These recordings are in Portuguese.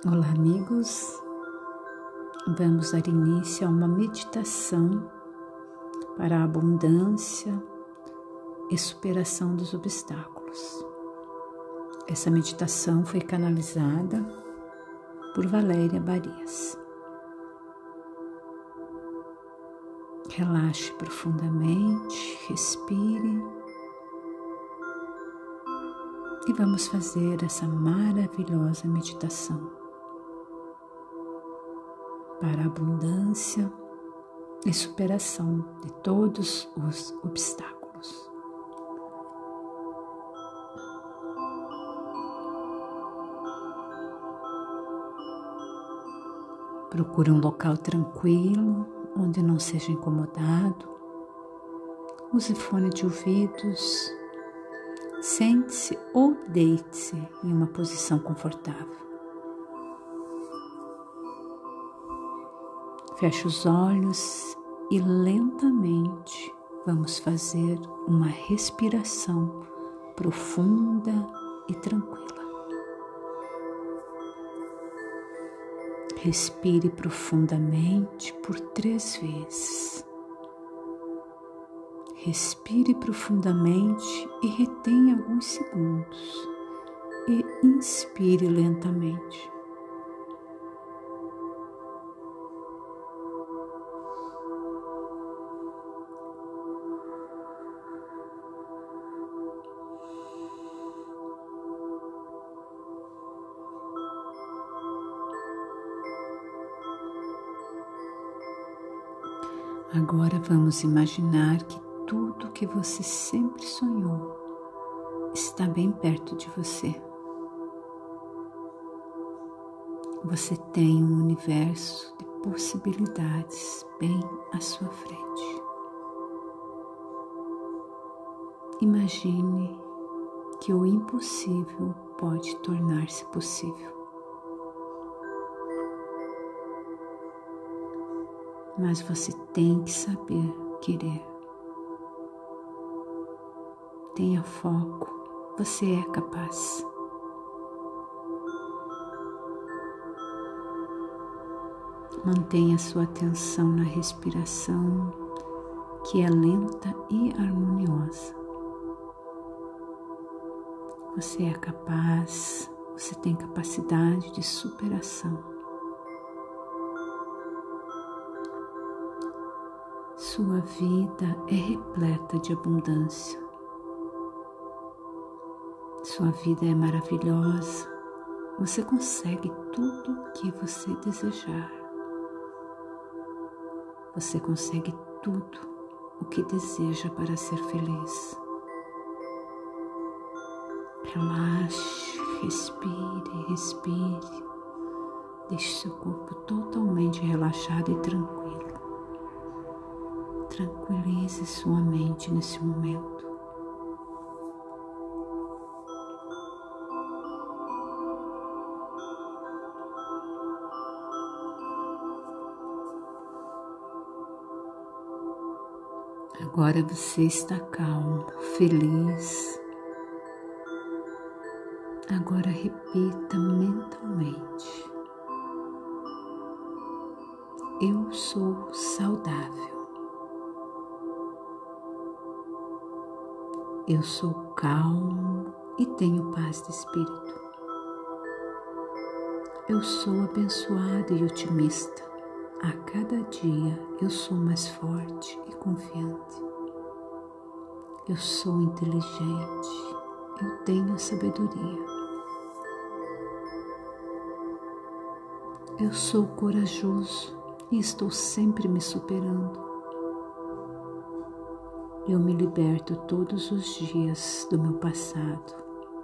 Olá, amigos. Vamos dar início a uma meditação para a abundância e superação dos obstáculos. Essa meditação foi canalizada por Valéria Barias. Relaxe profundamente, respire e vamos fazer essa maravilhosa meditação para a abundância e superação de todos os obstáculos. Procure um local tranquilo, onde não seja incomodado. Use fone de ouvidos. Sente-se ou deite-se em uma posição confortável. Feche os olhos e lentamente vamos fazer uma respiração profunda e tranquila. Respire profundamente por 3 vezes. Respire profundamente e retenha alguns segundos. E inspire lentamente. Agora vamos imaginar que tudo que você sempre sonhou está bem perto de você. Você tem um universo de possibilidades bem à sua frente. Imagine que o impossível pode tornar-se possível. Mas você tem que saber querer. Tenha foco, você é capaz. Mantenha sua atenção na respiração, que é lenta e harmoniosa. Você é capaz, você tem capacidade de superação. Sua vida é repleta de abundância. Sua vida é maravilhosa. Você consegue tudo o que você desejar. Você consegue tudo o que deseja para ser feliz. Relaxe, respire, respire. Deixe seu corpo totalmente relaxado e tranquilo. Tranquilize sua mente nesse momento. Agora você está calmo, feliz. Agora repita mentalmente: eu sou saudável. Eu sou calmo e tenho paz de espírito. Eu sou abençoado e otimista. A cada dia eu sou mais forte e confiante. Eu sou inteligente. Eu tenho sabedoria. Eu sou corajoso e estou sempre me superando. Eu me liberto todos os dias do meu passado.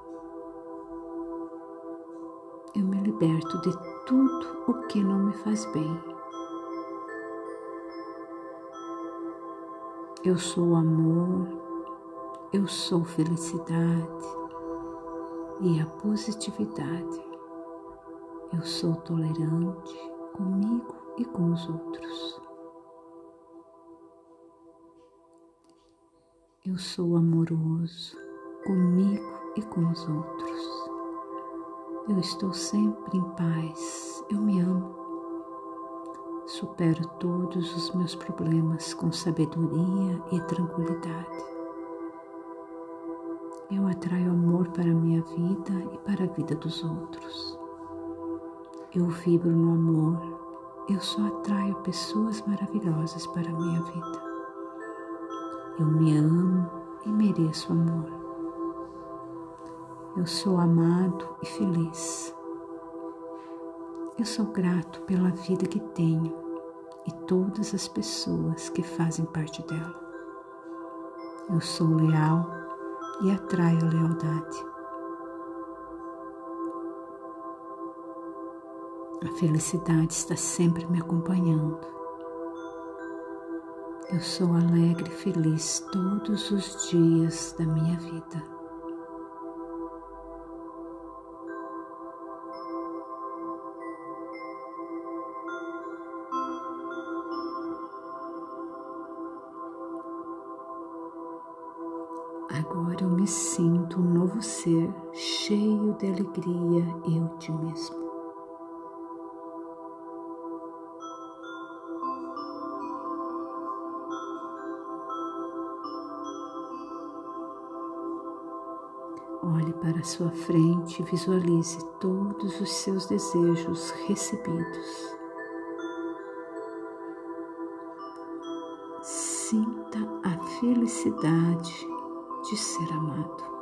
Eu me liberto de tudo o que não me faz bem. Eu sou amor, eu sou felicidade e a positividade. Eu sou tolerante comigo e com os outros. Eu sou amoroso comigo e com os outros. Eu estou sempre em paz. Eu me amo. Supero todos os meus problemas com sabedoria e tranquilidade. Eu atraio amor para a minha vida e para a vida dos outros. Eu vibro no amor. Eu só atraio pessoas maravilhosas para a minha vida. Eu me amo e mereço amor. Eu sou amado e feliz. Eu sou grato pela vida que tenho e todas as pessoas que fazem parte dela. Eu sou leal e atraio a lealdade. A felicidade está sempre me acompanhando. Eu sou alegre e feliz todos os dias da minha vida. Agora eu me sinto um novo ser cheio de alegria e otimismo. Olhe para a sua frente e visualize todos os seus desejos recebidos. Sinta a felicidade de ser amado.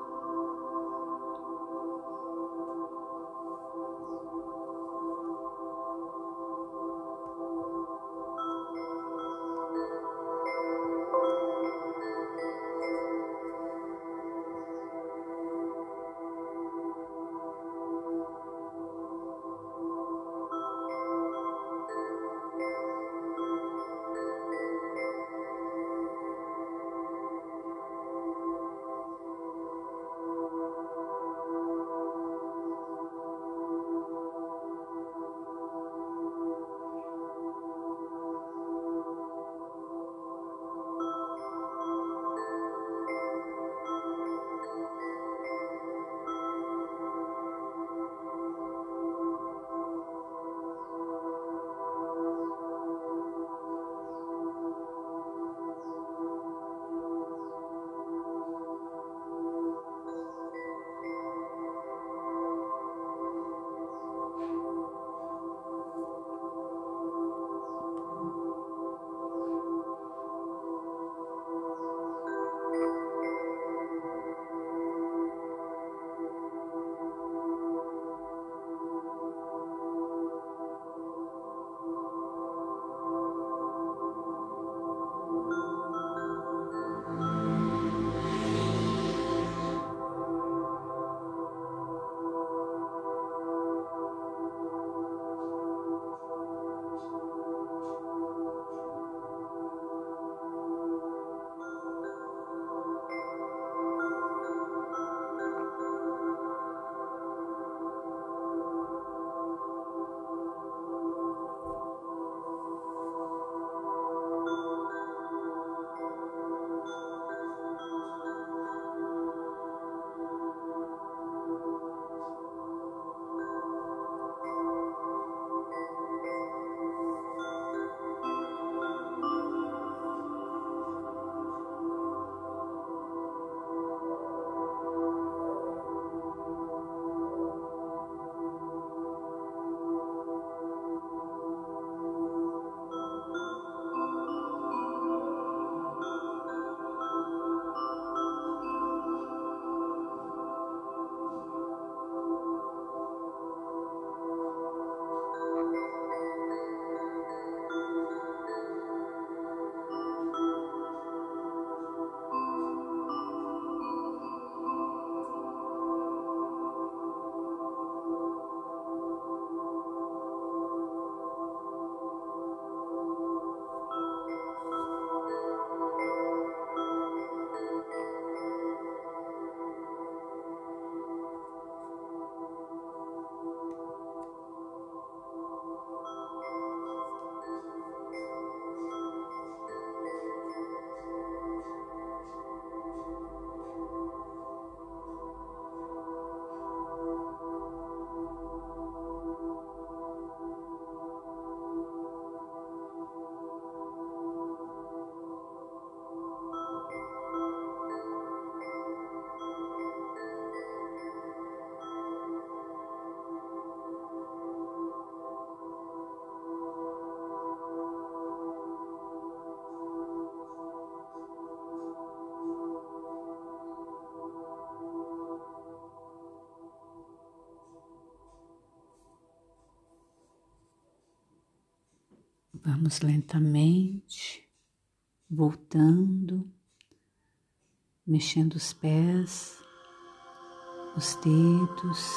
Vamos lentamente voltando, mexendo os pés, os dedos,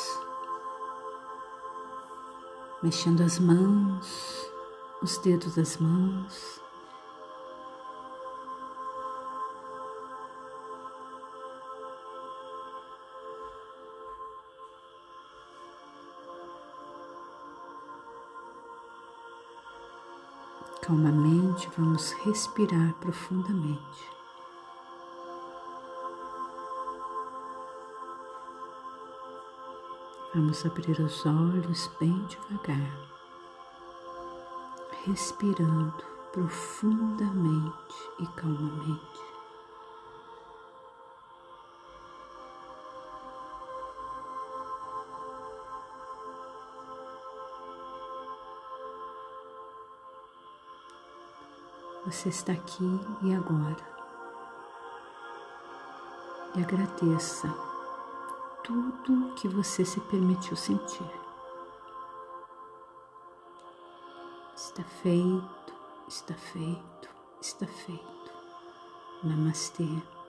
mexendo as mãos, os dedos das mãos. Calmamente vamos respirar profundamente. Vamos abrir os olhos bem devagar, respirando profundamente e calmamente. Você está aqui e agora. E agradeça tudo que você se permitiu sentir. Está feito, está feito, está feito. Namastê.